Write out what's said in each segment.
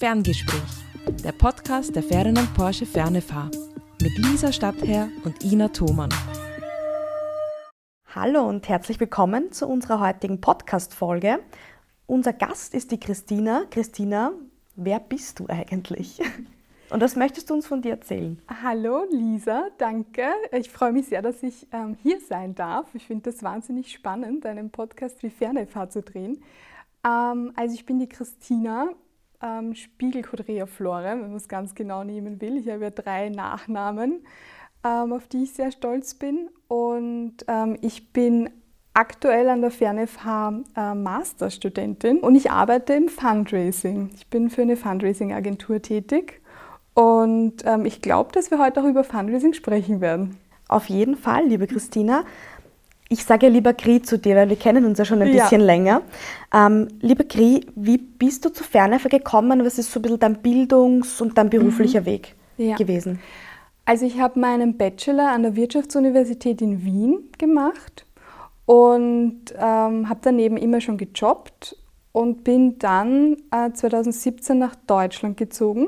Ferngespräch, der Podcast der Ferdinand Porsche Fernefahr mit Lisa Stadtherr und Ina Thomann. Hallo und herzlich willkommen zu unserer heutigen Podcast-Folge. Unser Gast ist die Christina. Christina, wer bist du eigentlich? Und was möchtest du uns von dir erzählen? Hallo Lisa, danke. Ich freue mich sehr, dass ich hier sein darf. Ich finde das wahnsinnig spannend, einen Podcast wie Fernefahr zu drehen. Also ich bin die Christina, Spiegelkotrea-Flore, wenn man es ganz genau nehmen will. Ich habe ja 3 Nachnamen, auf die ich sehr stolz bin. Und ich bin aktuell an der Fernefahr Masterstudentin und ich arbeite im Fundraising. Ich bin für eine Fundraising-Agentur tätig. Und ich glaube, dass wir heute auch über Fundraising sprechen werden. Auf jeden Fall, liebe Christina. Ich sage ja lieber Kri zu dir, weil wir kennen uns ja schon ein bisschen länger. Liebe Kri, wie bist du zu Fernefahr gekommen? Was ist so ein bisschen dein Bildungs- und dein beruflicher Weg gewesen? Also ich habe meinen Bachelor an der Wirtschaftsuniversität in Wien gemacht und habe daneben immer schon gejobbt und bin dann 2017 nach Deutschland gezogen.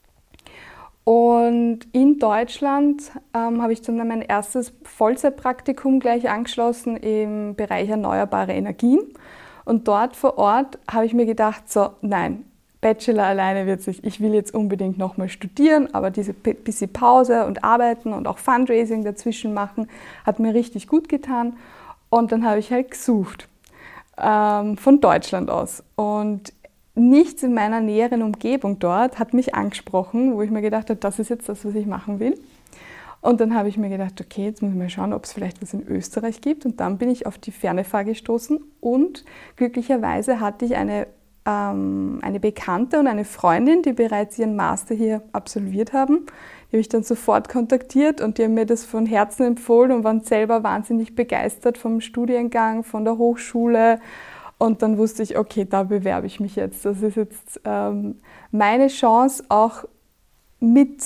Und in Deutschland habe ich dann mein erstes Vollzeitpraktikum gleich angeschlossen im Bereich erneuerbare Energien. Und dort vor Ort habe ich mir gedacht, so nein, Bachelor alleine wird's nicht. Ich will jetzt unbedingt nochmal studieren, aber diese bisschen Pause und Arbeiten und auch Fundraising dazwischen machen, hat mir richtig gut getan. Und dann habe ich halt gesucht, von Deutschland aus. Und nichts in meiner näheren Umgebung dort hat mich angesprochen, wo ich mir gedacht habe, das ist jetzt das, was ich machen will. Und dann habe ich mir gedacht, okay, jetzt muss ich mal schauen, ob es vielleicht was in Österreich gibt. Und dann bin ich auf die Fernefahr gestoßen und glücklicherweise hatte ich eine Bekannte und eine Freundin, die bereits ihren Master hier absolviert haben. Die habe ich dann sofort kontaktiert und die haben mir das von Herzen empfohlen und waren selber wahnsinnig begeistert vom Studiengang, von der Hochschule. Und dann wusste ich, okay, da bewerbe ich mich jetzt. Das ist jetzt meine Chance, auch mit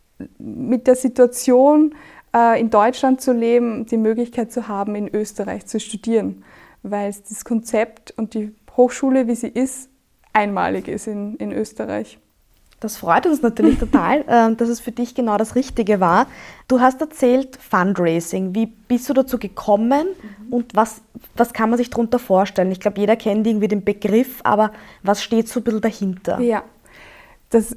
der Situation in Deutschland zu leben, die Möglichkeit zu haben, in Österreich zu studieren. Weil das Konzept und die Hochschule, wie sie ist, einmalig ist in Österreich. Das freut uns natürlich total, dass es für dich genau das Richtige war. Du hast erzählt Fundraising. Wie bist du dazu gekommen und was kann man sich darunter vorstellen? Ich glaube, jeder kennt irgendwie den Begriff, aber was steht so ein bisschen dahinter? Ja, das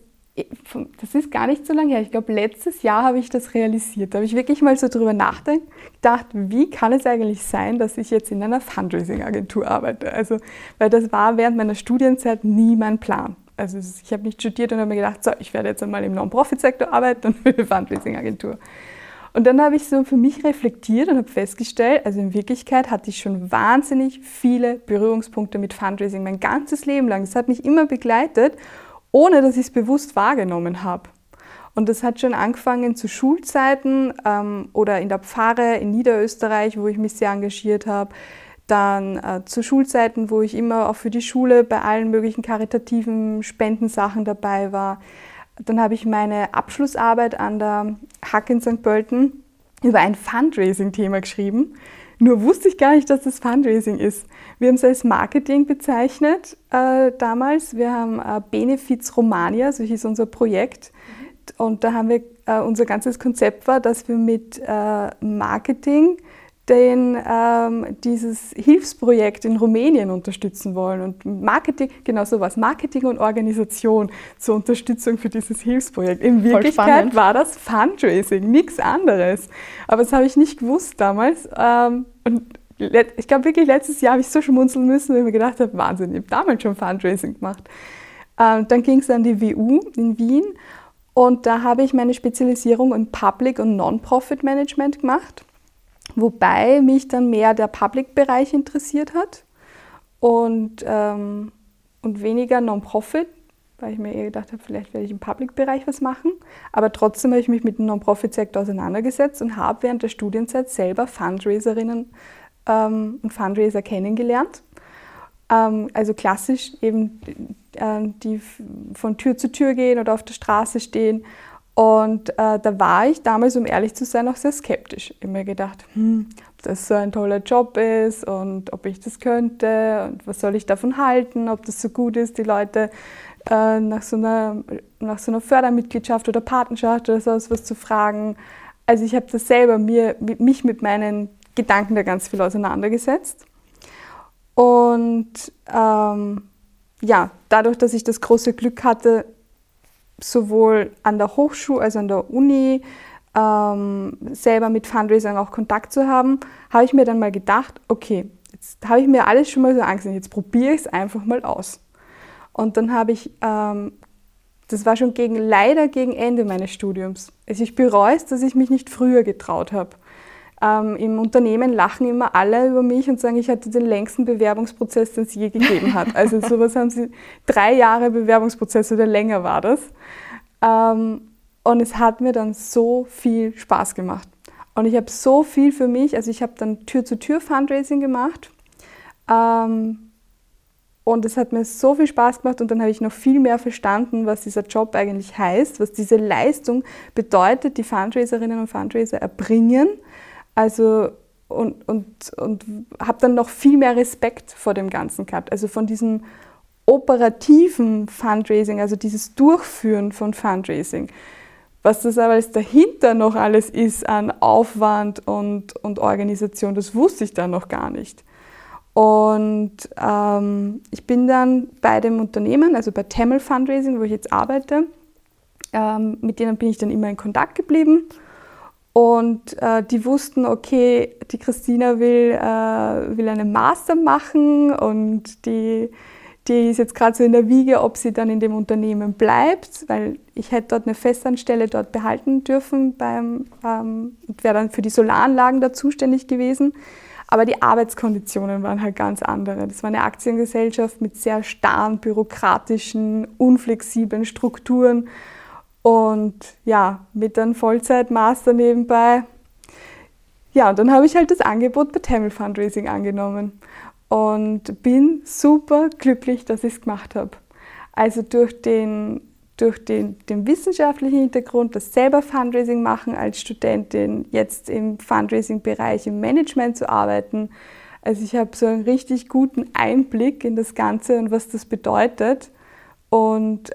ist gar nicht so lange her. Ich glaube, letztes Jahr habe ich das realisiert. Da habe ich wirklich mal so drüber nachgedacht, wie kann es eigentlich sein, dass ich jetzt in einer Fundraising-Agentur arbeite? Also, weil das war während meiner Studienzeit nie mein Plan. Also ich habe nicht studiert und habe mir gedacht, so, ich werde jetzt einmal im Non-Profit-Sektor arbeiten und für eine Fundraising-Agentur. Und dann habe ich so für mich reflektiert und habe festgestellt, also in Wirklichkeit hatte ich schon wahnsinnig viele Berührungspunkte mit Fundraising, mein ganzes Leben lang. Das hat mich immer begleitet, ohne dass ich es bewusst wahrgenommen habe. Und das hat schon angefangen zu Schulzeiten oder in der Pfarre in Niederösterreich, wo ich mich sehr engagiert habe. Dann zu Schulzeiten, wo ich immer auch für die Schule bei allen möglichen karitativen Spendensachen dabei war. Dann habe ich meine Abschlussarbeit an der HAK in St. Pölten über ein Fundraising-Thema geschrieben. Nur wusste ich gar nicht, dass das Fundraising ist. Wir haben es als Marketing bezeichnet damals. Wir haben Benefiz Romania, so hieß unser Projekt. Und da haben wir, unser ganzes Konzept war, dass wir mit Marketing dieses Hilfsprojekt in Rumänien unterstützen wollen. Und Marketing, genau so was, Marketing und Organisation zur Unterstützung für dieses Hilfsprojekt. In Wirklichkeit war das Fundraising, nichts anderes. Aber das habe ich nicht gewusst damals. Und ich glaube wirklich, letztes Jahr habe ich so schmunzeln müssen, weil ich mir gedacht habe, Wahnsinn, ich habe damals schon Fundraising gemacht. Dann ging es an die WU in Wien und da habe ich meine Spezialisierung im Public- und Non-Profit-Management gemacht. Wobei mich dann mehr der Public-Bereich interessiert hat und weniger Non-Profit, weil ich mir eher gedacht habe, vielleicht werde ich im Public-Bereich was machen. Aber trotzdem habe ich mich mit dem Non-Profit-Sektor auseinandergesetzt und habe während der Studienzeit selber Fundraiserinnen und Fundraiser kennengelernt. Also klassisch eben, die von Tür zu Tür gehen oder auf der Straße stehen Und da war ich damals, um ehrlich zu sein, auch sehr skeptisch. Ich habe mir gedacht, ob das so ein toller Job ist und ob ich das könnte und was soll ich davon halten, ob das so gut ist, die Leute nach so einer Fördermitgliedschaft oder Patenschaft oder sowas was zu fragen. Also ich habe das selber mich mit meinen Gedanken da ganz viel auseinandergesetzt. Und dadurch, dass ich das große Glück hatte, sowohl an der Hochschule, also an der Uni, selber mit Fundraising auch Kontakt zu haben, habe ich mir dann mal gedacht, okay, jetzt habe ich mir alles schon mal so angesehen, jetzt probiere ich es einfach mal aus. Und dann habe ich, das war schon leider gegen Ende meines Studiums, also ich bereue es, dass ich mich nicht früher getraut habe. Im Unternehmen lachen immer alle über mich und sagen, ich hatte den längsten Bewerbungsprozess, den es je gegeben hat. Also sowas haben sie, 3 Jahre Bewerbungsprozess oder länger war das. Und es hat mir dann so viel Spaß gemacht. Und ich habe so viel für mich, also ich habe dann Tür-zu-Tür-Fundraising gemacht. Und es hat mir so viel Spaß gemacht und dann habe ich noch viel mehr verstanden, was dieser Job eigentlich heißt, was diese Leistung bedeutet, die Fundraiserinnen und Fundraiser erbringen. Also und habe dann noch viel mehr Respekt vor dem Ganzen gehabt. Also von diesem operativen Fundraising, also dieses Durchführen von Fundraising. Was das aber dahinter noch alles ist an Aufwand und Organisation, das wusste ich dann noch gar nicht. Und ich bin dann bei dem Unternehmen, also bei Tamil Fundraising, wo ich jetzt arbeite, mit denen bin ich dann immer in Kontakt geblieben. Und die wussten, okay, die Christina will einen Master machen und die ist jetzt gerade so in der Wiege, ob sie dann in dem Unternehmen bleibt, weil ich hätte dort eine Festanstelle dort behalten dürfen und wäre dann für die Solaranlagen da zuständig gewesen. Aber die Arbeitskonditionen waren halt ganz andere. Das war eine Aktiengesellschaft mit sehr starren, bürokratischen, unflexiblen Strukturen. Und ja, mit einem Vollzeit-Master nebenbei. Ja, und dann habe ich halt das Angebot bei Tamil Fundraising angenommen und bin super glücklich, dass ich es gemacht habe. Also durch den wissenschaftlichen Hintergrund, das selber Fundraising machen als Studentin, jetzt im Fundraising-Bereich, im Management zu arbeiten. Also ich habe so einen richtig guten Einblick in das Ganze und was das bedeutet. Und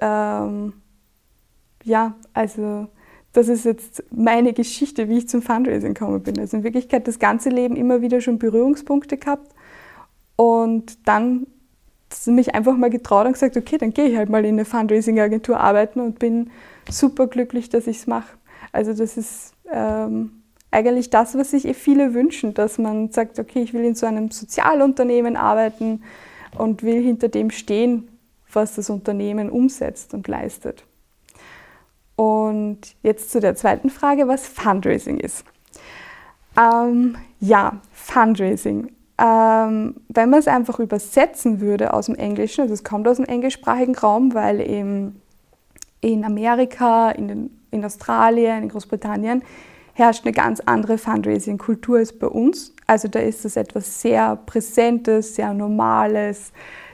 also das ist jetzt meine Geschichte, wie ich zum Fundraising gekommen bin. Also in Wirklichkeit das ganze Leben immer wieder schon Berührungspunkte gehabt und dann mich einfach mal getraut und gesagt, okay, dann gehe ich halt mal in eine Fundraising-Agentur arbeiten und bin super glücklich, dass ich es mache. Also das ist eigentlich das, was sich viele wünschen, dass man sagt, okay, ich will in so einem Sozialunternehmen arbeiten und will hinter dem stehen, was das Unternehmen umsetzt und leistet. Und jetzt zu der zweiten Frage, was Fundraising ist. Fundraising. Wenn man es einfach übersetzen würde aus dem Englischen, also es kommt aus dem englischsprachigen Raum, weil in Amerika, in Australien, in Großbritannien herrscht eine ganz andere Fundraising-Kultur als bei uns. Also da ist es etwas sehr Präsentes, sehr Normales,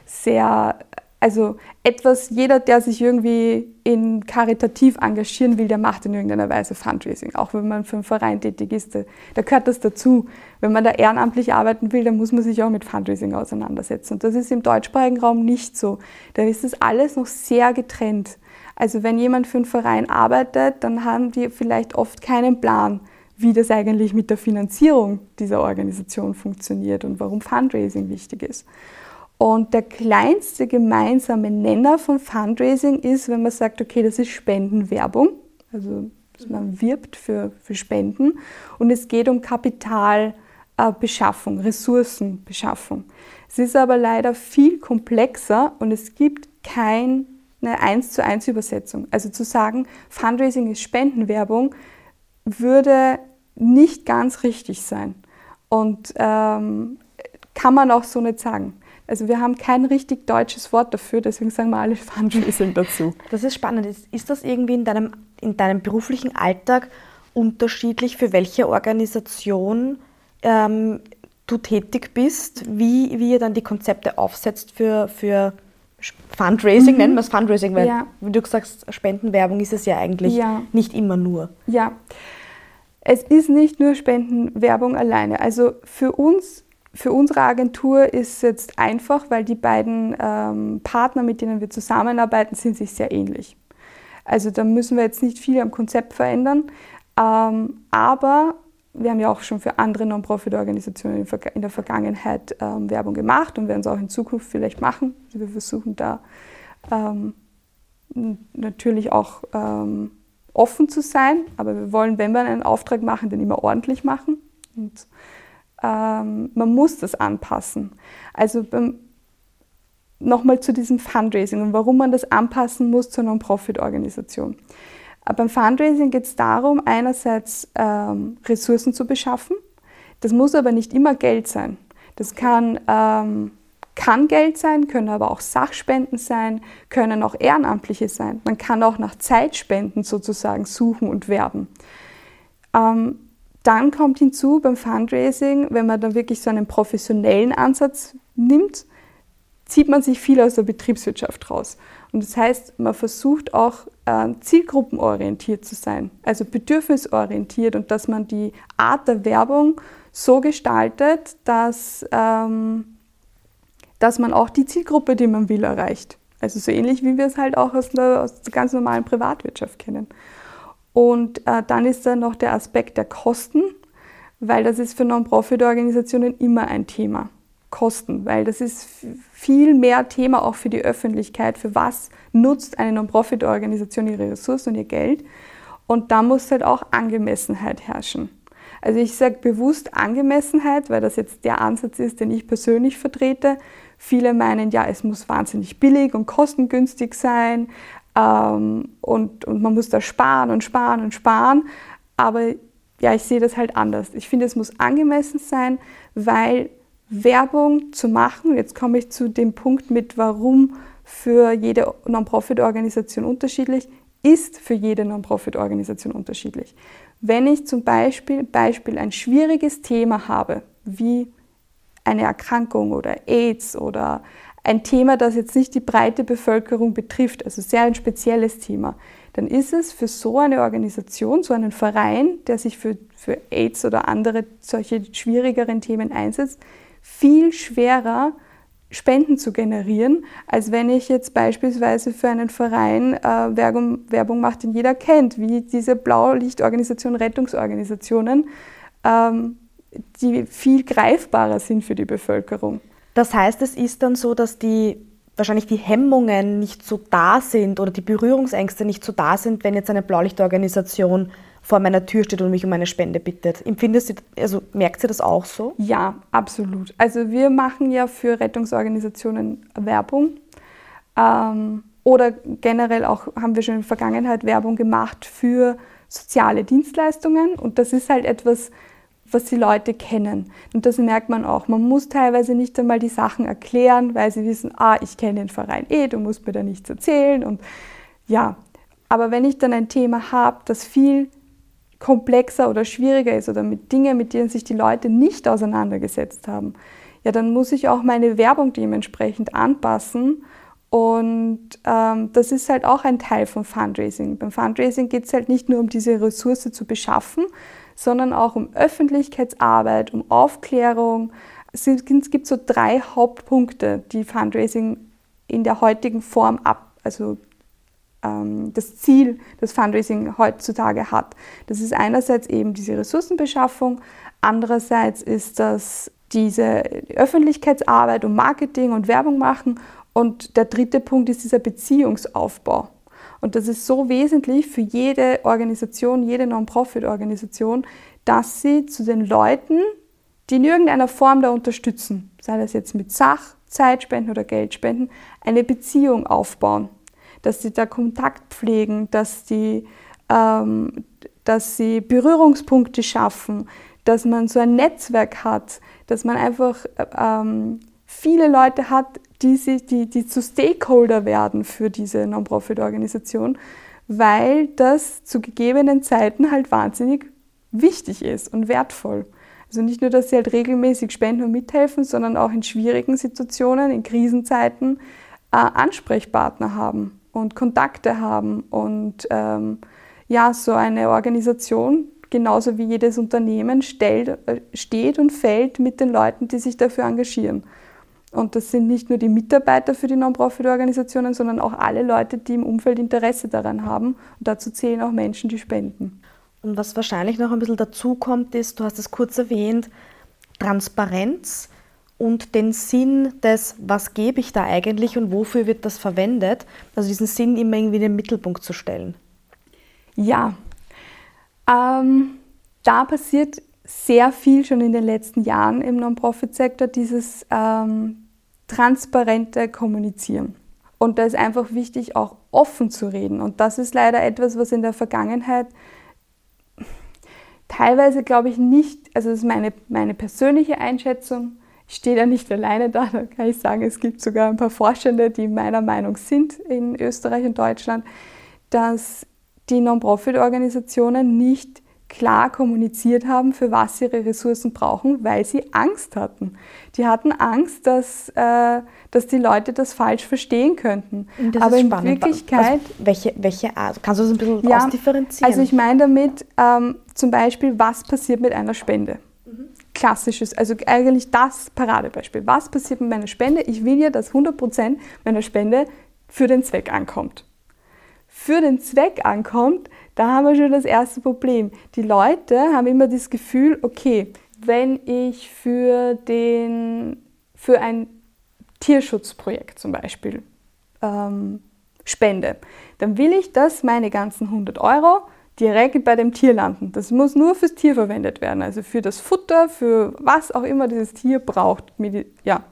jeder, der sich irgendwie karitativ engagieren will, der macht in irgendeiner Weise Fundraising. Auch wenn man für einen Verein tätig ist, da gehört das dazu. Wenn man da ehrenamtlich arbeiten will, dann muss man sich auch mit Fundraising auseinandersetzen. Und das ist im deutschsprachigen Raum nicht so. Da ist das alles noch sehr getrennt. Also wenn jemand für einen Verein arbeitet, dann haben die vielleicht oft keinen Plan, wie das eigentlich mit der Finanzierung dieser Organisation funktioniert und warum Fundraising wichtig ist. Und der kleinste gemeinsame Nenner von Fundraising ist, wenn man sagt, okay, das ist Spendenwerbung, also man wirbt für Spenden und es geht um Kapitalbeschaffung, Ressourcenbeschaffung. Es ist aber leider viel komplexer und es gibt keine 1:1 Übersetzung. Also zu sagen, Fundraising ist Spendenwerbung, würde nicht ganz richtig sein und kann man auch so nicht sagen. Also wir haben kein richtig deutsches Wort dafür, deswegen sagen wir alle Fundraising dazu. Das ist spannend. Ist das irgendwie in deinem beruflichen Alltag unterschiedlich, für welche Organisation du tätig bist, wie ihr dann die Konzepte aufsetzt für Fundraising, nennen wir es Fundraising, weil, Ja. wie du gesagt hast, Spendenwerbung ist es ja eigentlich nicht immer nur. Ja, es ist nicht nur Spendenwerbung alleine. Also für unsere Agentur ist es jetzt einfach, weil die beiden Partner, mit denen wir zusammenarbeiten, sind sich sehr ähnlich. Also da müssen wir jetzt nicht viel am Konzept verändern, aber wir haben ja auch schon für andere Non-Profit-Organisationen in der Vergangenheit Werbung gemacht und werden es auch in Zukunft vielleicht machen. Also wir versuchen da natürlich auch offen zu sein, aber wir wollen, wenn wir einen Auftrag machen, den immer ordentlich machen. Und man muss das anpassen. Also nochmal zu diesem Fundraising und warum man das anpassen muss zur Non-Profit-Organisation. Beim Fundraising geht es darum, einerseits Ressourcen zu beschaffen. Das muss aber nicht immer Geld sein. Das kann Geld sein, können aber auch Sachspenden sein, können auch Ehrenamtliche sein. Man kann auch nach Zeitspenden sozusagen suchen und werben. Dann kommt hinzu beim Fundraising, wenn man dann wirklich so einen professionellen Ansatz nimmt, zieht man sich viel aus der Betriebswirtschaft raus. Und das heißt, man versucht auch zielgruppenorientiert zu sein, also bedürfnisorientiert und dass man die Art der Werbung so gestaltet, dass man auch die Zielgruppe, die man will, erreicht. Also so ähnlich, wie wir es halt auch aus der ganz normalen Privatwirtschaft kennen. Und dann ist da noch der Aspekt der Kosten, weil das ist für Non-Profit-Organisationen immer ein Thema. Kosten, weil das ist viel mehr Thema auch für die Öffentlichkeit. Für was nutzt eine Non-Profit-Organisation ihre Ressourcen und ihr Geld? Und da muss halt auch Angemessenheit herrschen. Also ich sage bewusst Angemessenheit, weil das jetzt der Ansatz ist, den ich persönlich vertrete. Viele meinen, ja, es muss wahnsinnig billig und kostengünstig sein und man muss da sparen und sparen und sparen. Aber ja, ich sehe das halt anders. Ich finde, es muss angemessen sein, weil Werbung zu machen, und jetzt komme ich zu dem Punkt mit, warum für jede Non-Profit-Organisation unterschiedlich, ist für jede Non-Profit-Organisation unterschiedlich. Wenn ich zum Beispiel ein schwieriges Thema habe, wie eine Erkrankung oder AIDS oder ein Thema, das jetzt nicht die breite Bevölkerung betrifft, also sehr ein spezielles Thema, dann ist es für so eine Organisation, so einen Verein, der sich für AIDS oder andere solche schwierigeren Themen einsetzt, viel schwerer, Spenden zu generieren, als wenn ich jetzt beispielsweise für einen Verein Werbung mache, den jeder kennt, wie diese Blaulichtorganisationen, Rettungsorganisationen, die viel greifbarer sind für die Bevölkerung. Das heißt, es ist dann so, dass wahrscheinlich die Hemmungen nicht so da sind oder die Berührungsängste nicht so da sind, wenn jetzt eine Blaulichtorganisation vor meiner Tür steht und mich um eine Spende bittet. Merkt ihr das auch so? Ja, absolut. Also wir machen ja für Rettungsorganisationen Werbung oder generell auch haben wir schon in der Vergangenheit Werbung gemacht für soziale Dienstleistungen und das ist halt etwas, was die Leute kennen. Und das merkt man auch. Man muss teilweise nicht einmal die Sachen erklären, weil sie wissen, ich kenne den Verein du musst mir da nichts erzählen. Und ja, aber wenn ich dann ein Thema habe, das viel komplexer oder schwieriger ist oder mit Dingen, mit denen sich die Leute nicht auseinandergesetzt haben, ja, dann muss ich auch meine Werbung dementsprechend anpassen. Und das ist halt auch ein Teil vom Fundraising. Beim Fundraising geht es halt nicht nur um diese Ressource zu beschaffen, sondern auch um Öffentlichkeitsarbeit, um Aufklärung. Es gibt so 3 Hauptpunkte, die Fundraising in der heutigen Form das Ziel, das Fundraising heutzutage hat. Das ist einerseits eben diese Ressourcenbeschaffung, andererseits ist das diese Öffentlichkeitsarbeit und Marketing und Werbung machen und der 3. Punkt ist dieser Beziehungsaufbau. Und das ist so wesentlich für jede Organisation, jede Non-Profit-Organisation, dass sie zu den Leuten, die in irgendeiner Form da unterstützen, sei das jetzt mit Zeitspenden oder Geldspenden, eine Beziehung aufbauen. Dass sie da Kontakt pflegen, dass sie Berührungspunkte schaffen, dass man so ein Netzwerk hat, dass man einfach viele Leute hat, die zu Stakeholder werden für diese Non-Profit-Organisation, weil das zu gegebenen Zeiten halt wahnsinnig wichtig ist und wertvoll. Also nicht nur, dass sie halt regelmäßig spenden und mithelfen, sondern auch in schwierigen Situationen, in Krisenzeiten, Ansprechpartner haben und Kontakte haben und so eine Organisation, genauso wie jedes Unternehmen, steht und fällt mit den Leuten, die sich dafür engagieren. Und das sind nicht nur die Mitarbeiter für die Non-Profit-Organisationen, sondern auch alle Leute, die im Umfeld Interesse daran haben. Und dazu zählen auch Menschen, die spenden. Und was wahrscheinlich noch ein bisschen dazu kommt, ist, du hast es kurz erwähnt, Transparenz und den Sinn des, was gebe ich da eigentlich und wofür wird das verwendet, also diesen Sinn immer irgendwie in den Mittelpunkt zu stellen. Ja, da passiert sehr viel schon in den letzten Jahren im Non-Profit-Sektor, dieses transparente Kommunizieren. Und da ist einfach wichtig, auch offen zu reden. Und das ist leider etwas, was in der Vergangenheit teilweise, glaube ich, nicht, also das ist meine persönliche Einschätzung, ich stehe da nicht alleine da kann ich sagen, es gibt sogar ein paar Forschende, die meiner Meinung sind in Österreich und Deutschland, dass die Non-Profit-Organisationen nicht klar kommuniziert haben, für was sie ihre Ressourcen brauchen, weil sie Angst hatten. Die hatten Angst, dass die Leute das falsch verstehen könnten. Das aber ist in spannend. Wirklichkeit... Also welche Art? Kannst du das ein bisschen ausdifferenzieren? Also ich meine damit zum Beispiel, was passiert mit einer Spende? Klassisches, also eigentlich das Paradebeispiel. Was passiert mit meiner Spende? Ich will ja, dass 100% meiner Spende für den Zweck ankommt. Für den Zweck ankommt, da haben wir schon das erste Problem. Die Leute haben immer das Gefühl, okay, wenn ich für ein Tierschutzprojekt zum Beispiel spende, dann will ich, dass meine ganzen 100 € direkt bei dem Tier landen. Das muss nur fürs Tier verwendet werden, also für das Futter, für was auch immer dieses Tier braucht. Ja.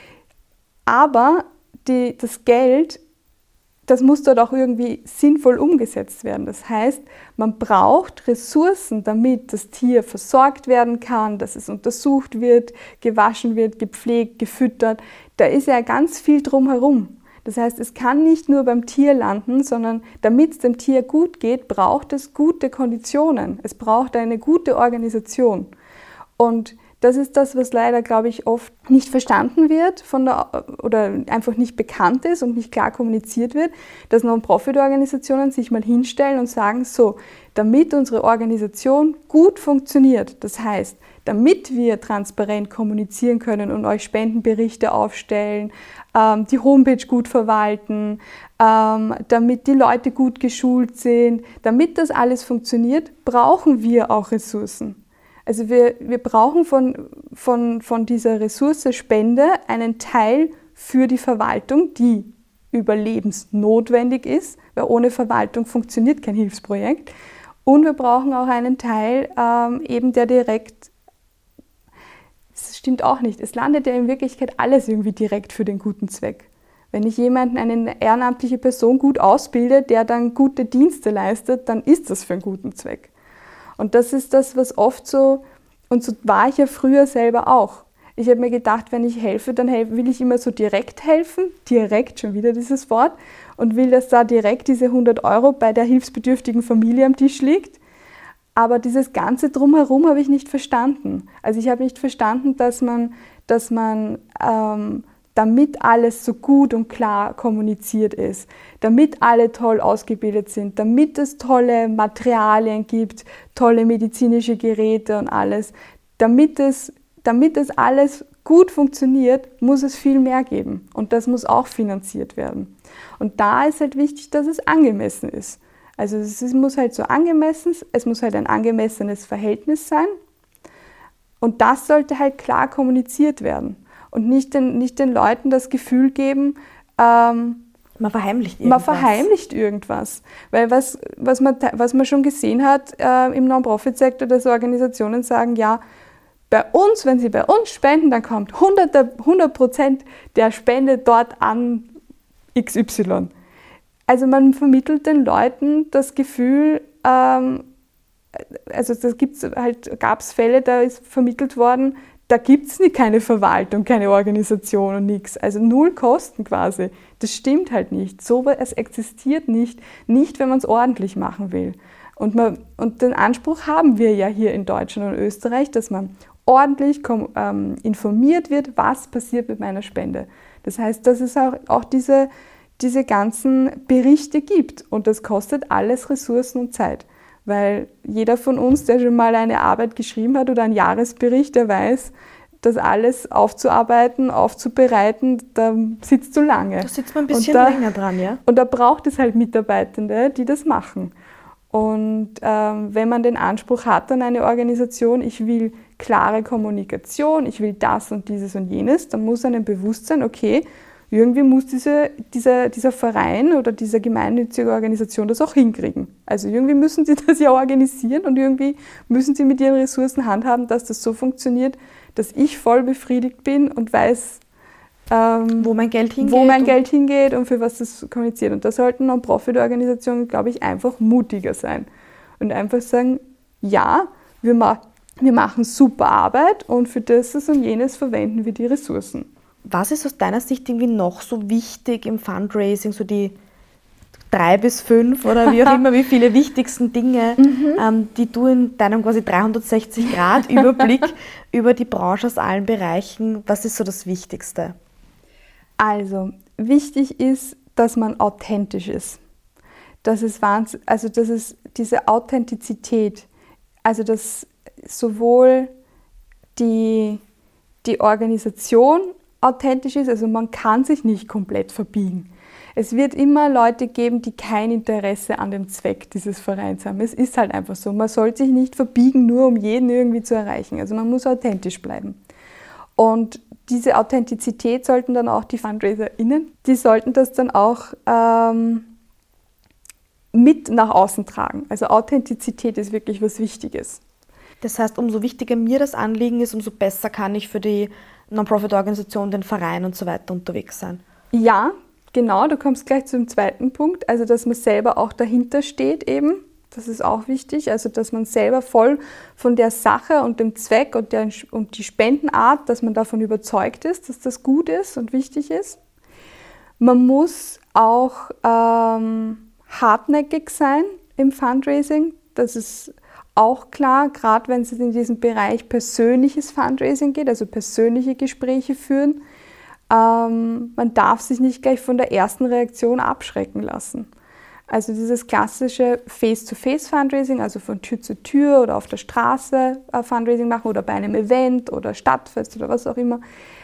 Aber das Geld, das muss dort auch irgendwie sinnvoll umgesetzt werden. Das heißt, man braucht Ressourcen, damit das Tier versorgt werden kann, dass es untersucht wird, gewaschen wird, gepflegt, gefüttert. Da ist ja ganz viel drumherum. Das heißt, es kann nicht nur beim Tier landen, sondern damit es dem Tier gut geht, braucht es gute Konditionen. Es braucht eine gute Organisation. Und das ist das, was leider, glaube ich, oft nicht verstanden wird oder einfach nicht bekannt ist und nicht klar kommuniziert wird, dass Non-Profit-Organisationen sich mal hinstellen und sagen, so, damit unsere Organisation gut funktioniert, das heißt, damit wir transparent kommunizieren können und euch Spendenberichte aufstellen, die Homepage gut verwalten, damit die Leute gut geschult sind, damit das alles funktioniert, brauchen wir auch Ressourcen. Also wir brauchen von dieser Ressource Spende einen Teil für die Verwaltung, die überlebensnotwendig ist, weil ohne Verwaltung funktioniert kein Hilfsprojekt. Und wir brauchen auch einen Teil, eben der direkt, das stimmt auch nicht, es landet ja in Wirklichkeit alles irgendwie direkt für den guten Zweck. Wenn ich jemanden, eine ehrenamtliche Person gut ausbilde, der dann gute Dienste leistet, dann ist das für einen guten Zweck. Und das ist das, was oft so, und so war ich ja früher selber auch. Ich habe mir gedacht, wenn ich helfe, dann will ich immer so direkt helfen, direkt, schon wieder dieses Wort, und will, dass da direkt diese 100 € bei der hilfsbedürftigen Familie am Tisch liegt. Aber dieses Ganze Drumherum habe ich nicht verstanden. Also ich habe nicht verstanden, dass man damit alles so gut und klar kommuniziert ist, damit alle toll ausgebildet sind, damit es tolle Materialien gibt, tolle medizinische Geräte und alles, damit es alles gut funktioniert, muss es viel mehr geben und das muss auch finanziert werden. Und da ist halt wichtig, dass es angemessen ist. Also es muss halt so angemessen, es muss halt ein angemessenes Verhältnis sein und das sollte halt klar kommuniziert werden. Und nicht den Leuten das Gefühl geben, man verheimlicht irgendwas. Weil was man schon gesehen hat im Non-Profit-Sektor, dass Organisationen sagen, ja, wenn Sie bei uns spenden, dann kommt 100% der Spende dort an XY. Also man vermittelt den Leuten das Gefühl, also gab es Fälle, da ist vermittelt worden, da gibt es keine Verwaltung, keine Organisation und nichts. Also 0 Kosten quasi. Das stimmt halt nicht. Es existiert nicht, wenn man es ordentlich machen will. Und den Anspruch haben wir ja hier in Deutschland und Österreich, dass man ordentlich informiert wird, was passiert mit meiner Spende. Das heißt, dass es auch diese ganzen Berichte gibt und das kostet alles Ressourcen und Zeit. Weil jeder von uns, der schon mal eine Arbeit geschrieben hat oder einen Jahresbericht, der weiß, das alles aufzuarbeiten, aufzubereiten, da sitzt du lange. Da sitzt man ein bisschen länger dran, ja? Und da braucht es halt Mitarbeitende, die das machen. Und wenn man den Anspruch hat an eine Organisation, ich will klare Kommunikation, ich will das und dieses und jenes, dann muss einem bewusst sein, okay, irgendwie muss dieser Verein oder diese gemeinnützige Organisation das auch hinkriegen. Also irgendwie müssen sie das ja organisieren und irgendwie müssen sie mit ihren Ressourcen handhaben, dass das so funktioniert, dass ich voll befriedigt bin und weiß, wo mein Geld hingeht und für was das kommuniziert. Und da sollten Non-Profit-Organisationen, glaube ich, einfach mutiger sein und einfach sagen, ja, wir machen super Arbeit und für das und jenes verwenden wir die Ressourcen. Was ist aus deiner Sicht irgendwie noch so wichtig im Fundraising, so die 3 bis 5 oder wie auch immer, wie viele wichtigsten Dinge, die du in deinem quasi 360-Grad-Überblick über die Branche aus allen Bereichen, was ist so das Wichtigste? Also, wichtig ist, dass man authentisch ist. Das ist diese Authentizität, also dass sowohl die Organisation authentisch ist, also man kann sich nicht komplett verbiegen. Es wird immer Leute geben, die kein Interesse an dem Zweck dieses Vereins haben. Es ist halt einfach so. Man soll sich nicht verbiegen, nur um jeden irgendwie zu erreichen. Also man muss authentisch bleiben. Und diese Authentizität sollten dann auch die FundraiserInnen, die sollten das dann auch mit nach außen tragen. Also Authentizität ist wirklich was Wichtiges. Das heißt, umso wichtiger mir das Anliegen ist, umso besser kann ich für die Non-Profit-Organisation, den Verein und so weiter unterwegs sein. Ja, genau, du kommst gleich zum zweiten Punkt, also dass man selber auch dahinter steht eben, das ist auch wichtig, also dass man selber voll von der Sache und dem Zweck und die Spendenart, dass man davon überzeugt ist, dass das gut ist und wichtig ist. Man muss auch hartnäckig sein im Fundraising, das ist auch klar, gerade wenn es in diesem Bereich persönliches Fundraising geht, also persönliche Gespräche führen. Man darf sich nicht gleich von der ersten Reaktion abschrecken lassen. Also dieses klassische Face-to-Face-Fundraising, also von Tür zu Tür oder auf der Straße Fundraising machen oder bei einem Event oder Stadtfest oder was auch immer.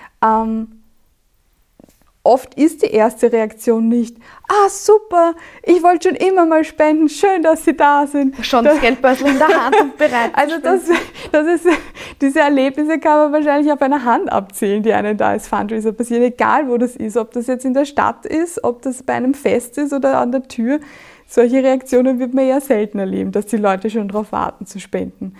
Oft ist die erste Reaktion nicht, super, ich wollte schon immer mal spenden, schön, dass Sie da sind. Schon das Geldbörsel in der Hand und bereit. Also diese Erlebnisse kann man wahrscheinlich auf einer Hand abzählen, die einem da als Fundraiser passieren, egal wo das ist, ob das jetzt in der Stadt ist, ob das bei einem Fest ist oder an der Tür. Solche Reaktionen wird man eher selten erleben, dass die Leute schon darauf warten zu spenden.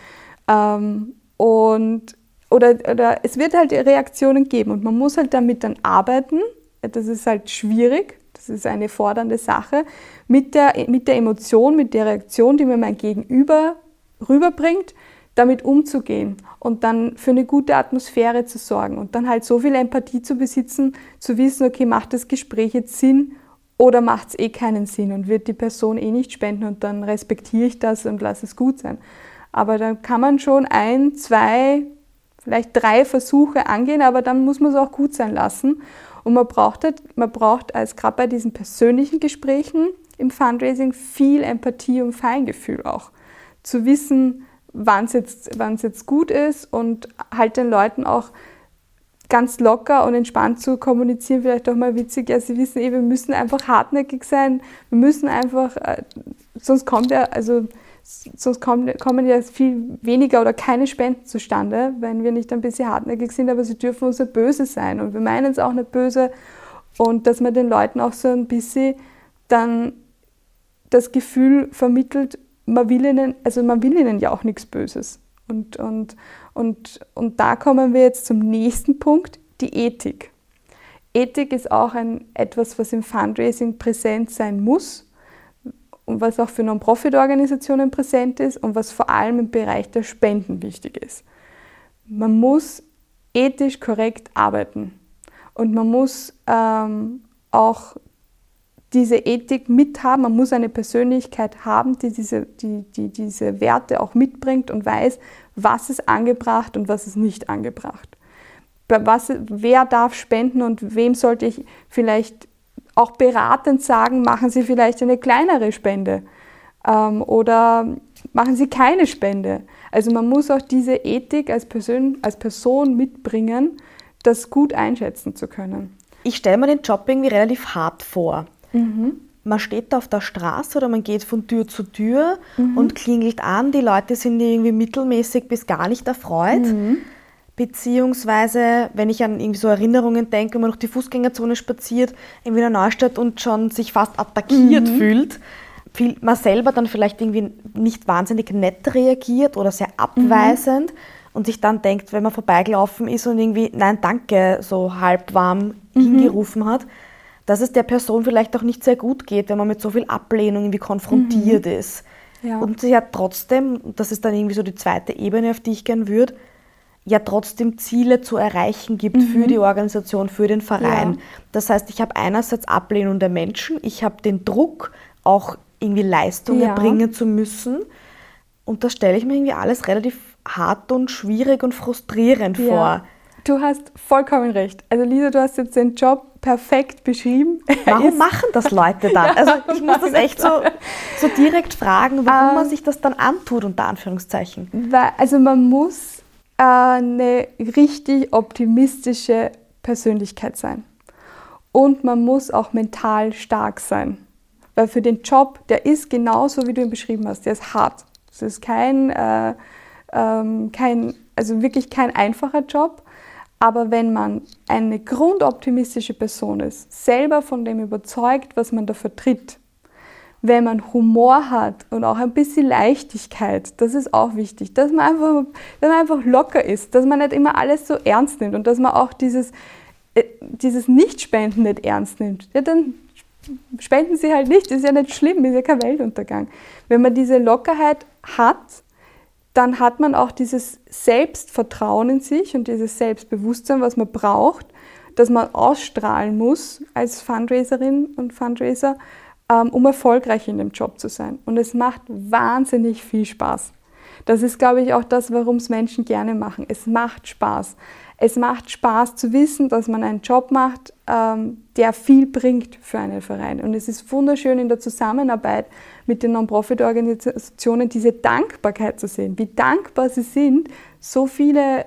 Oder es wird halt Reaktionen geben und man muss halt damit dann arbeiten. Das ist halt schwierig, das ist eine fordernde Sache, mit der Emotion, mit der Reaktion, die mir mein Gegenüber rüberbringt, damit umzugehen und dann für eine gute Atmosphäre zu sorgen und dann halt so viel Empathie zu besitzen, zu wissen, okay, macht das Gespräch jetzt Sinn oder macht es keinen Sinn und wird die Person nicht spenden und dann respektiere ich das und lasse es gut sein. Aber da kann man schon 1, 2, vielleicht 3 Versuche angehen, aber dann muss man es auch gut sein lassen. Und man braucht als gerade bei diesen persönlichen Gesprächen im Fundraising viel Empathie und Feingefühl auch. Zu wissen, wann es jetzt gut ist und halt den Leuten auch ganz locker und entspannt zu kommunizieren, vielleicht auch mal witzig. Ja, sie wissen wir müssen einfach hartnäckig sein, wir müssen einfach, sonst kommen ja viel weniger oder keine Spenden zustande, wenn wir nicht ein bisschen hartnäckig sind, aber sie dürfen uns nicht böse sein und wir meinen es auch nicht böse und dass man den Leuten auch so ein bisschen dann das Gefühl vermittelt, man will ihnen ja auch nichts Böses. Und da kommen wir jetzt zum nächsten Punkt, die Ethik. Ethik ist auch etwas, was im Fundraising präsent sein muss und was auch für Non-Profit-Organisationen präsent ist und was vor allem im Bereich der Spenden wichtig ist. Man muss ethisch korrekt arbeiten und man muss auch diese Ethik mithaben, man muss eine Persönlichkeit haben, die diese Werte auch mitbringt und weiß, was ist angebracht und was ist nicht angebracht. wer darf spenden und wem sollte ich vielleicht auch beratend sagen, machen Sie vielleicht eine kleinere Spende oder machen Sie keine Spende. Also man muss auch diese Ethik als Person mitbringen, das gut einschätzen zu können. Ich stelle mir den Job irgendwie relativ hart vor. Man steht da auf der Straße oder man geht von Tür zu Tür und klingelt an. Die Leute sind irgendwie mittelmäßig bis gar nicht erfreut. Beziehungsweise, wenn ich an irgendwie so Erinnerungen denke, wenn man durch die Fußgängerzone spaziert in Wiener Neustadt und schon sich fast attackiert fühlt, man selber dann vielleicht irgendwie nicht wahnsinnig nett reagiert oder sehr abweisend und sich dann denkt, wenn man vorbeigelaufen ist und irgendwie nein, danke, so halb warm hingerufen hat, dass es der Person vielleicht auch nicht sehr gut geht, wenn man mit so viel Ablehnung irgendwie konfrontiert ist. Ja. Und sie hat trotzdem, das ist dann irgendwie so die zweite Ebene, auf die ich gern würde, ja trotzdem Ziele zu erreichen gibt für die Organisation, für den Verein. Ja. Das heißt, ich habe einerseits Ablehnung der Menschen, ich habe den Druck, auch irgendwie Leistung erbringen zu müssen. Und das stelle ich mir irgendwie alles relativ hart und schwierig und frustrierend vor. Du hast vollkommen recht. Also Lisa, du hast jetzt den Job perfekt beschrieben. Warum machen das Leute dann? Also ich muss das echt so direkt fragen, warum man sich das dann antut, unter Anführungszeichen. Also man muss eine richtig optimistische Persönlichkeit sein. Und man muss auch mental stark sein. Weil für den Job, der ist genauso, wie du ihn beschrieben hast, der ist hart. Das ist also wirklich kein einfacher Job. Aber wenn man eine grundoptimistische Person ist, selber von dem überzeugt, was man da vertritt, wenn man Humor hat und auch ein bisschen Leichtigkeit, das ist auch wichtig, dass man einfach locker ist, dass man nicht immer alles so ernst nimmt und dass man auch dieses Nichtspenden nicht ernst nimmt. Ja, dann spenden Sie halt nicht, ist ja nicht schlimm, ist ja kein Weltuntergang. Wenn man diese Lockerheit hat, dann hat man auch dieses Selbstvertrauen in sich und dieses Selbstbewusstsein, was man braucht, das man ausstrahlen muss als Fundraiserin und Fundraiser, um erfolgreich in dem Job zu sein. Und es macht wahnsinnig viel Spaß. Das ist, glaube ich, auch das, warum es Menschen gerne machen. Es macht Spaß. Es macht Spaß zu wissen, dass man einen Job macht, der viel bringt für einen Verein. Und es ist wunderschön in der Zusammenarbeit mit den Non-Profit-Organisationen diese Dankbarkeit zu sehen, wie dankbar sie sind, so viele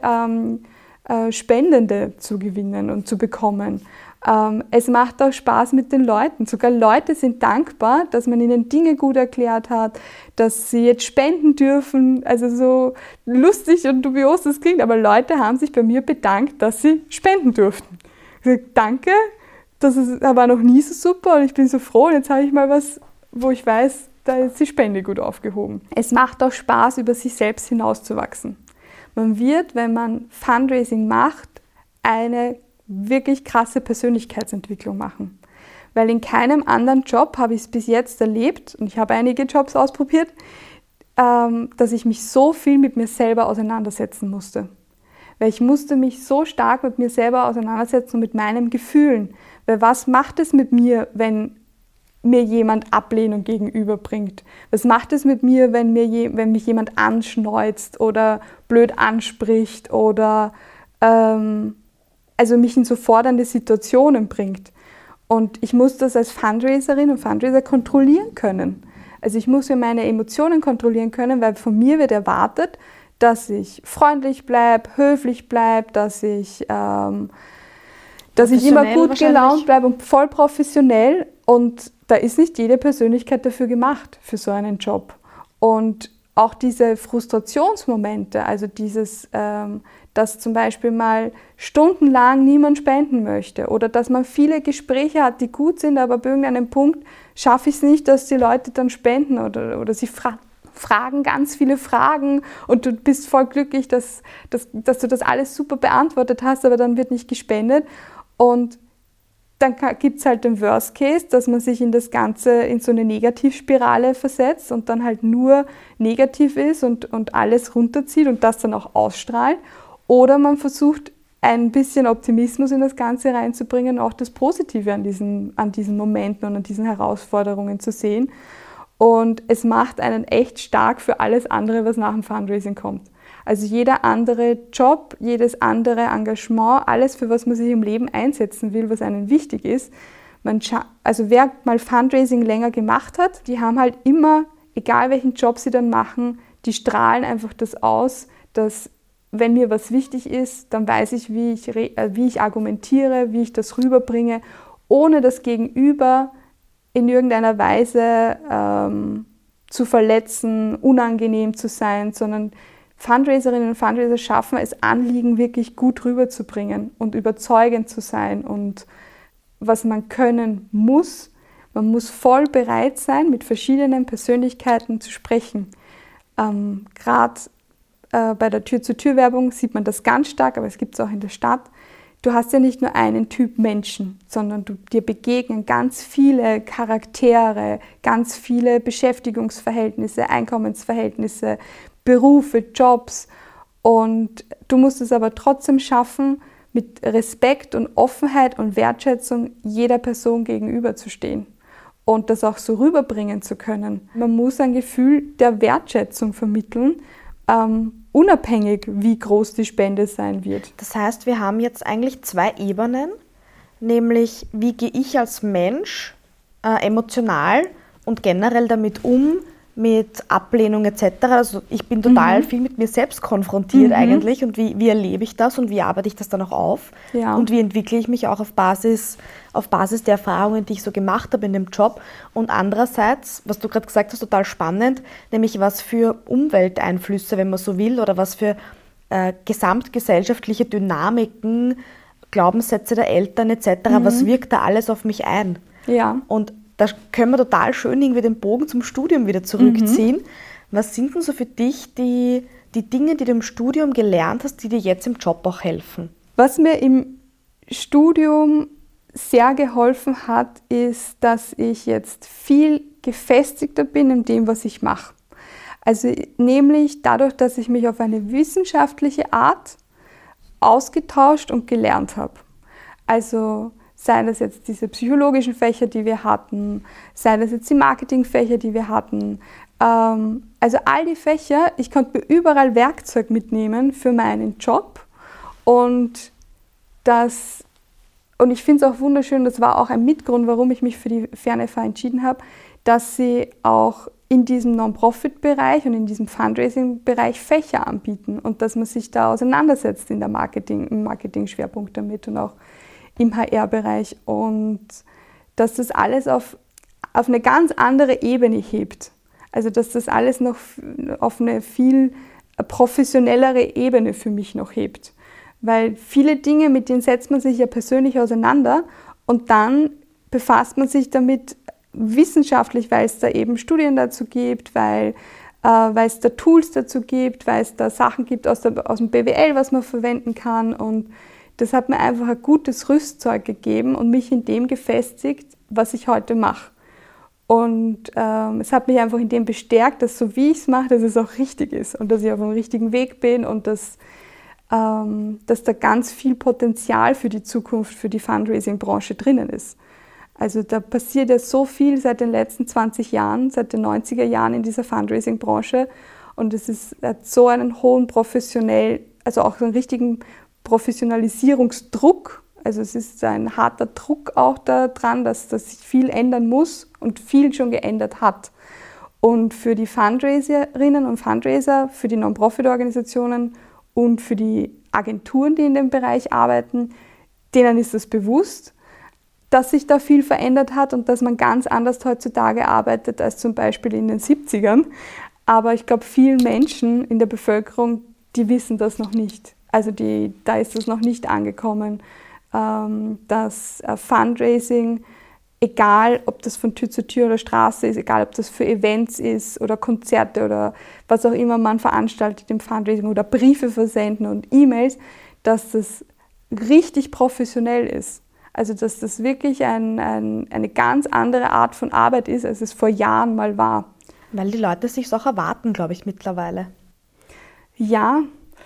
Spendende zu gewinnen und zu bekommen. Es macht auch Spaß mit den Leuten. Sogar Leute sind dankbar, dass man ihnen Dinge gut erklärt hat, dass sie jetzt spenden dürfen. Also so lustig und dubios das klingt, aber Leute haben sich bei mir bedankt, dass sie spenden durften. Ich sage, danke, das war noch nie so super und ich bin so froh. Und jetzt habe ich mal was, wo ich weiß, da ist die Spende gut aufgehoben. Es macht auch Spaß, über sich selbst hinauszuwachsen. Man wird, wenn man Fundraising macht, eine wirklich krasse Persönlichkeitsentwicklung machen. Weil in keinem anderen Job habe ich es bis jetzt erlebt, und ich habe einige Jobs ausprobiert, dass ich mich so viel mit mir selber auseinandersetzen musste. Weil ich musste mich so stark mit mir selber auseinandersetzen und mit meinen Gefühlen. Weil was macht es mit mir, wenn mir jemand Ablehnung gegenüberbringt? Was macht es mit mir, wenn mich jemand anschneuzt oder blöd anspricht oder also mich in so fordernde Situationen bringt. Und ich muss das als Fundraiserin und Fundraiser kontrollieren können. Also ich muss mir meine Emotionen kontrollieren können, weil von mir wird erwartet, dass ich freundlich bleibe, höflich bleibe, dass ich immer gut gelaunt bleibe und voll professionell. Und da ist nicht jede Persönlichkeit dafür gemacht, für so einen Job. Und auch diese Frustrationsmomente, also dieses, dass zum Beispiel mal stundenlang niemand spenden möchte oder dass man viele Gespräche hat, die gut sind, aber bei irgendeinem Punkt schaffe ich es nicht, dass die Leute dann spenden oder sie fragen ganz viele Fragen und du bist voll glücklich, dass du das alles super beantwortet hast, aber dann wird nicht gespendet. Und dann gibt es halt den Worst Case, dass man sich in das Ganze, in so eine Negativspirale versetzt und dann halt nur negativ ist und alles runterzieht und das dann auch ausstrahlt. Oder man versucht, ein bisschen Optimismus in das Ganze reinzubringen, auch das Positive an diesen Momenten und an diesen Herausforderungen zu sehen. Und es macht einen echt stark für alles andere, was nach dem Fundraising kommt. Also jeder andere Job, jedes andere Engagement, alles, für was man sich im Leben einsetzen will, was einem wichtig ist. Also wer mal Fundraising länger gemacht hat, die haben halt immer, egal welchen Job sie dann machen, die strahlen einfach das aus, dass wenn mir was wichtig ist, dann weiß ich, wie ich argumentiere, wie ich das rüberbringe, ohne das Gegenüber in irgendeiner Weise zu verletzen, unangenehm zu sein, sondern Fundraiserinnen und Fundraiser schaffen es, Anliegen wirklich gut rüberzubringen und überzeugend zu sein. Und was man können muss, man muss voll bereit sein, mit verschiedenen Persönlichkeiten zu sprechen. Gerade bei der Tür-zu-Tür-Werbung sieht man das ganz stark, aber es gibt es auch in der Stadt. Du hast ja nicht nur einen Typ Menschen, sondern dir begegnen ganz viele Charaktere, ganz viele Beschäftigungsverhältnisse, Einkommensverhältnisse, Berufe, Jobs. Und du musst es aber trotzdem schaffen, mit Respekt und Offenheit und Wertschätzung jeder Person gegenüberzustehen und das auch so rüberbringen zu können. Man muss ein Gefühl der Wertschätzung vermitteln, unabhängig, wie groß die Spende sein wird. Das heißt, wir haben jetzt eigentlich 2 Ebenen, nämlich wie gehe ich als Mensch emotional und generell damit um, mit Ablehnung etc. Also ich bin total viel mit mir selbst konfrontiert eigentlich und wie erlebe ich das und wie arbeite ich das dann auch auf und wie entwickle ich mich auch auf Basis der Erfahrungen, die ich so gemacht habe in dem Job. Und andererseits, was du gerade gesagt hast, total spannend, nämlich was für Umwelteinflüsse, wenn man so will, oder was für gesamtgesellschaftliche Dynamiken, Glaubenssätze der Eltern etc., was wirkt da alles auf mich ein? Ja. Und da können wir total schön irgendwie den Bogen zum Studium wieder zurückziehen. Was sind denn so für dich die Dinge, die du im Studium gelernt hast, die dir jetzt im Job auch helfen? Was mir im Studium sehr geholfen hat, ist, dass ich jetzt viel gefestigter bin in dem, was ich mache. Also nämlich dadurch, dass ich mich auf eine wissenschaftliche Art ausgetauscht und gelernt habe. Also seien das jetzt diese psychologischen Fächer, die wir hatten, seien das jetzt die Marketingfächer, die wir hatten. Also all die Fächer, ich konnte mir überall Werkzeug mitnehmen für meinen Job. Und ich finde es auch wunderschön, das war auch ein Mitgrund, warum ich mich für die Fern-FH entschieden habe, dass sie auch in diesem Non-Profit-Bereich und in diesem Fundraising-Bereich Fächer anbieten und dass man sich da auseinandersetzt im Marketing-Schwerpunkt damit und auch im HR-Bereich und dass das alles auf eine ganz andere Ebene hebt. Also dass das alles noch auf eine viel professionellere Ebene für mich noch hebt. Weil viele Dinge, mit denen setzt man sich ja persönlich auseinander und dann befasst man sich damit wissenschaftlich, weil es da eben Studien dazu gibt, weil es da Tools dazu gibt, weil es da Sachen gibt aus dem BWL, was man verwenden kann. Und das hat mir einfach ein gutes Rüstzeug gegeben und mich in dem gefestigt, was ich heute mache. Und es hat mich einfach in dem bestärkt, dass so wie ich es mache, dass es auch richtig ist und dass ich auf dem richtigen Weg bin und dass da ganz viel Potenzial für die Zukunft, für die Fundraising-Branche drinnen ist. Also da passiert ja so viel seit den letzten 20 Jahren, seit den 90er Jahren in dieser Fundraising-Branche und es hat so einen hohen also auch so einen richtigen Professionalisierungsdruck. Also es ist ein harter Druck auch daran, dass sich viel ändern muss und viel schon geändert hat. Und für die Fundraiserinnen und Fundraiser, für die Non-Profit-Organisationen und für die Agenturen, die in dem Bereich arbeiten, denen ist es bewusst, dass sich da viel verändert hat und dass man ganz anders heutzutage arbeitet als zum Beispiel in den 70ern. Aber ich glaube, vielen Menschen in der Bevölkerung, die wissen das noch nicht. Also da ist das noch nicht angekommen, dass Fundraising, egal ob das von Tür zu Tür oder Straße ist, egal ob das für Events ist oder Konzerte oder was auch immer man veranstaltet im Fundraising oder Briefe versenden und E-Mails, dass das richtig professionell ist. Also dass das wirklich eine ganz andere Art von Arbeit ist, als es vor Jahren mal war. Weil die Leute sich auch erwarten, glaube ich, mittlerweile. Ja,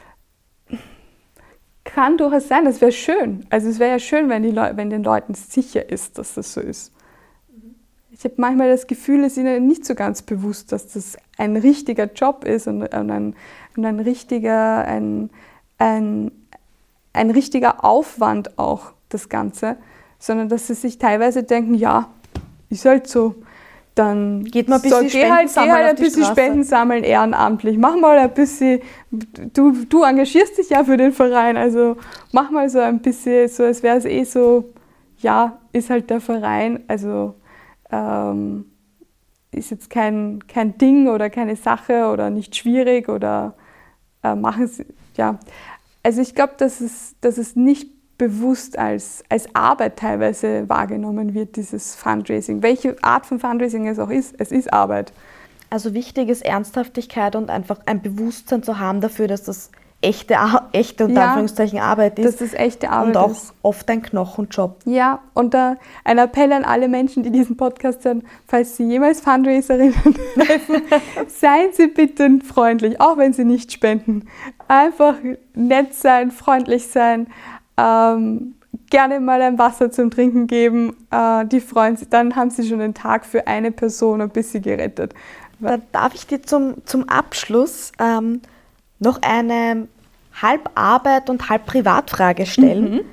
kann durchaus sein, das wäre schön. Also es wäre ja schön, wenn den Leuten sicher ist, dass das so ist. Ich habe manchmal das Gefühl, es ist ihnen nicht so ganz bewusst, dass das ein richtiger Job ist und ein richtiger Aufwand auch, das Ganze, sondern dass sie sich teilweise denken, ja, ist halt so, dann geht mal ein bisschen Spenden sammeln ehrenamtlich, mach mal ein bisschen, du engagierst dich ja für den Verein, also mach mal so ein bisschen, so als wäre es so, ja, ist halt der Verein, also ist jetzt kein Ding oder keine Sache oder nicht schwierig oder machen sie, ja. Also ich glaube, dass es nicht bewusst als Arbeit teilweise wahrgenommen wird, dieses Fundraising. Welche Art von Fundraising es auch ist, es ist Arbeit. Also wichtig ist Ernsthaftigkeit und einfach ein Bewusstsein zu haben dafür, dass das echte unter Anführungszeichen Arbeit ist. Dass das echte Arbeit und auch ist. Oft ein Knochenjob. Ja, und ein Appell an alle Menschen, die diesen Podcast hören, falls Sie jemals Fundraiserinnen treffen, seien Sie bitte freundlich, auch wenn Sie nicht spenden. Einfach nett sein, freundlich sein, gerne mal ein Wasser zum Trinken geben, die freuen sich, dann haben Sie schon den Tag für eine Person ein bisschen gerettet. Da darf ich dir zum Abschluss noch eine halb Arbeit und halb Privatfrage stellen,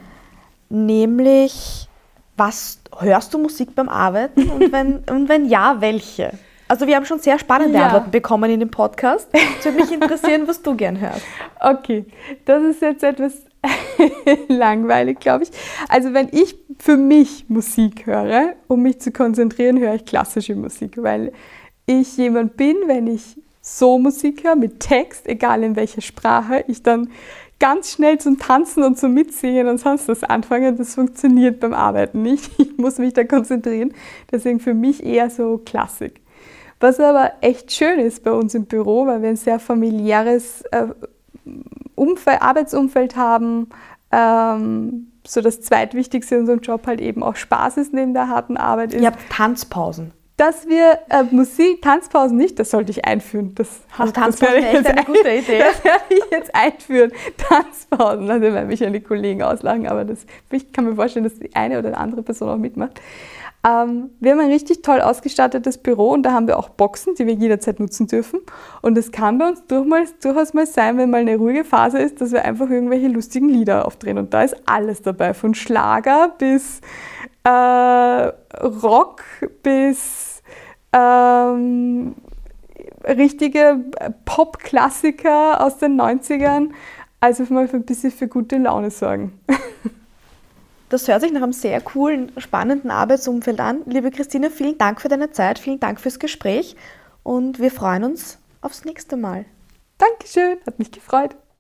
nämlich, hörst du Musik beim Arbeiten und wenn ja, welche? Also wir haben schon sehr spannende Antworten bekommen in dem Podcast. Es würde mich interessieren, was du gern hörst. Okay, das ist jetzt etwas langweilig, glaube ich. Also wenn ich für mich Musik höre, um mich zu konzentrieren, höre ich klassische Musik, weil ich jemand bin, wenn ich so Musik höre, mit Text, egal in welcher Sprache, ich dann ganz schnell zum Tanzen und zum Mitsingen und sonst was anfangen. Das funktioniert beim Arbeiten nicht. Ich muss mich da konzentrieren. Deswegen für mich eher so Klassik. Was aber echt schön ist bei uns im Büro, weil wir ein sehr familiäres Arbeitsumfeld haben, so das Zweitwichtigste in unserem Job halt eben auch Spaß ist neben der harten Arbeit ist. Ihr habt Tanzpausen. Dass wir Tanzpausen nicht, das sollte ich einführen. Tanzpausen ist echt eine gute Idee. Das werde ich jetzt einführen. Tanzpausen, also werden mich ja die Kollegen auslachen, aber ich kann mir vorstellen, dass die eine oder andere Person auch mitmacht. Wir haben ein richtig toll ausgestattetes Büro und da haben wir auch Boxen, die wir jederzeit nutzen dürfen. Und es kann bei uns durchaus mal sein, wenn mal eine ruhige Phase ist, dass wir einfach irgendwelche lustigen Lieder aufdrehen. Und da ist alles dabei, von Schlager bis Rock bis richtige Pop-Klassiker aus den 90ern. Also mal für ein bisschen für gute Laune sorgen. Das hört sich nach einem sehr coolen, spannenden Arbeitsumfeld an. Liebe Christine, vielen Dank für deine Zeit, vielen Dank fürs Gespräch und wir freuen uns aufs nächste Mal. Dankeschön, hat mich gefreut.